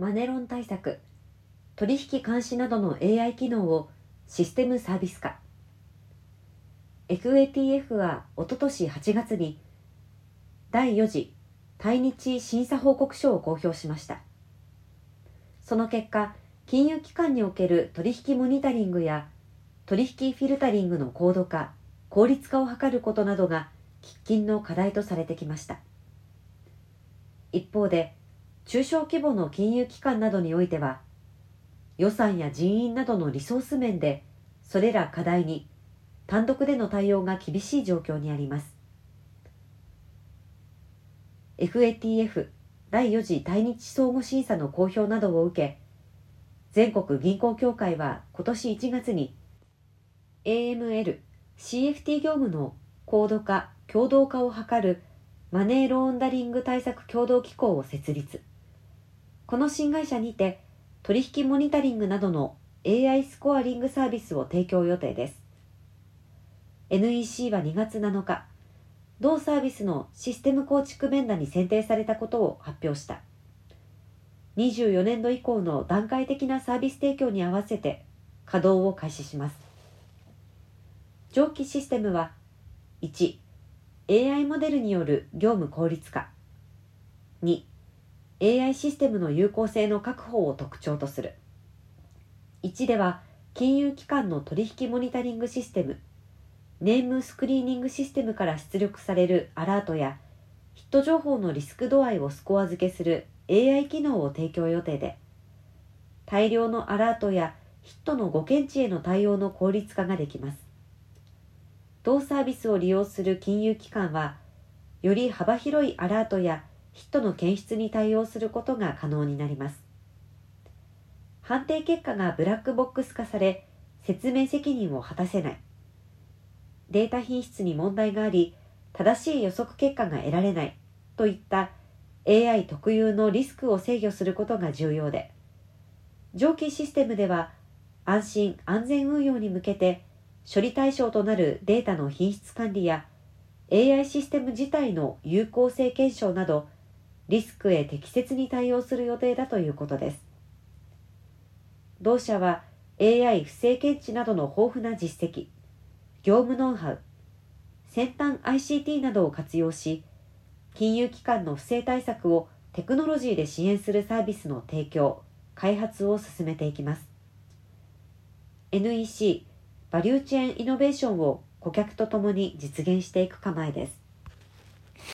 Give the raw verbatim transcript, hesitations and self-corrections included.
マネロン対策、取引監視などの エーアイ 機能をシステムサービス化。 エフエーティーエフ はおととしはちがつにだいよ次対日審査報告書を公表しました。その結果、金融機関における取引モニタリングや取引フィルタリングの高度化、効率化を図ることなどが喫緊の課題とされてきました。一方で、中小規模の金融機関などにおいては、予算や人員などのリソース面でそれら課題に単独での対応が厳しい状況にあります。 エフエーティーエフ だいよ次対日相互審査の公表などを受け、全国銀行協会は今年いちがつに エーエムエル、シーエフティー 業務の高度化・共同化を図るマネーローンダリング対策協同機構を設立。この新会社にて取引モニタリングなどの エーアイ スコアリングサービスを提供予定です。 エヌイーシー はにがつなのか、同サービスのシステム構築ベンダーに選定されたことを発表した。にじゅうよねんど以降の段階的なサービス提供に合わせて稼働を開始します。上記システムは、いち、エーアイ モデルによる業務効率化。に、エーアイ システムの有効性の確保を特徴とする。いちでは、金融機関の取引モニタリングシステム、ネームスクリーニングシステムから出力されるアラートや、ヒット情報のリスク度合いをスコア付けする エーアイ 機能を提供予定で、大量のアラートやヒットの誤検知への対応の効率化ができます。同サービスを利用する金融機関は、より幅広いアラートやヒットの検出に対応することが可能になります。判定結果がブラックボックス化され、説明責任を果たせない。データ品質に問題があり、正しい予測結果が得られないといったエーアイ 特有のリスクを制御することが重要で、上記システムでは安心安全運用に向けて処理対象となるデータの品質管理や エーアイ システム自体の有効性検証など、リスクへ適切に対応する予定だということです。同社は エーアイ 不正検知などの豊富な実績、業務ノウハウ、先端 アイシーティー などを活用し、金融機関の不正対策をテクノロジーで支援するサービスの提供、開発を進めていきます。エヌイーシー、バリューチェーンイノベーションを顧客とともに実現していく構えです。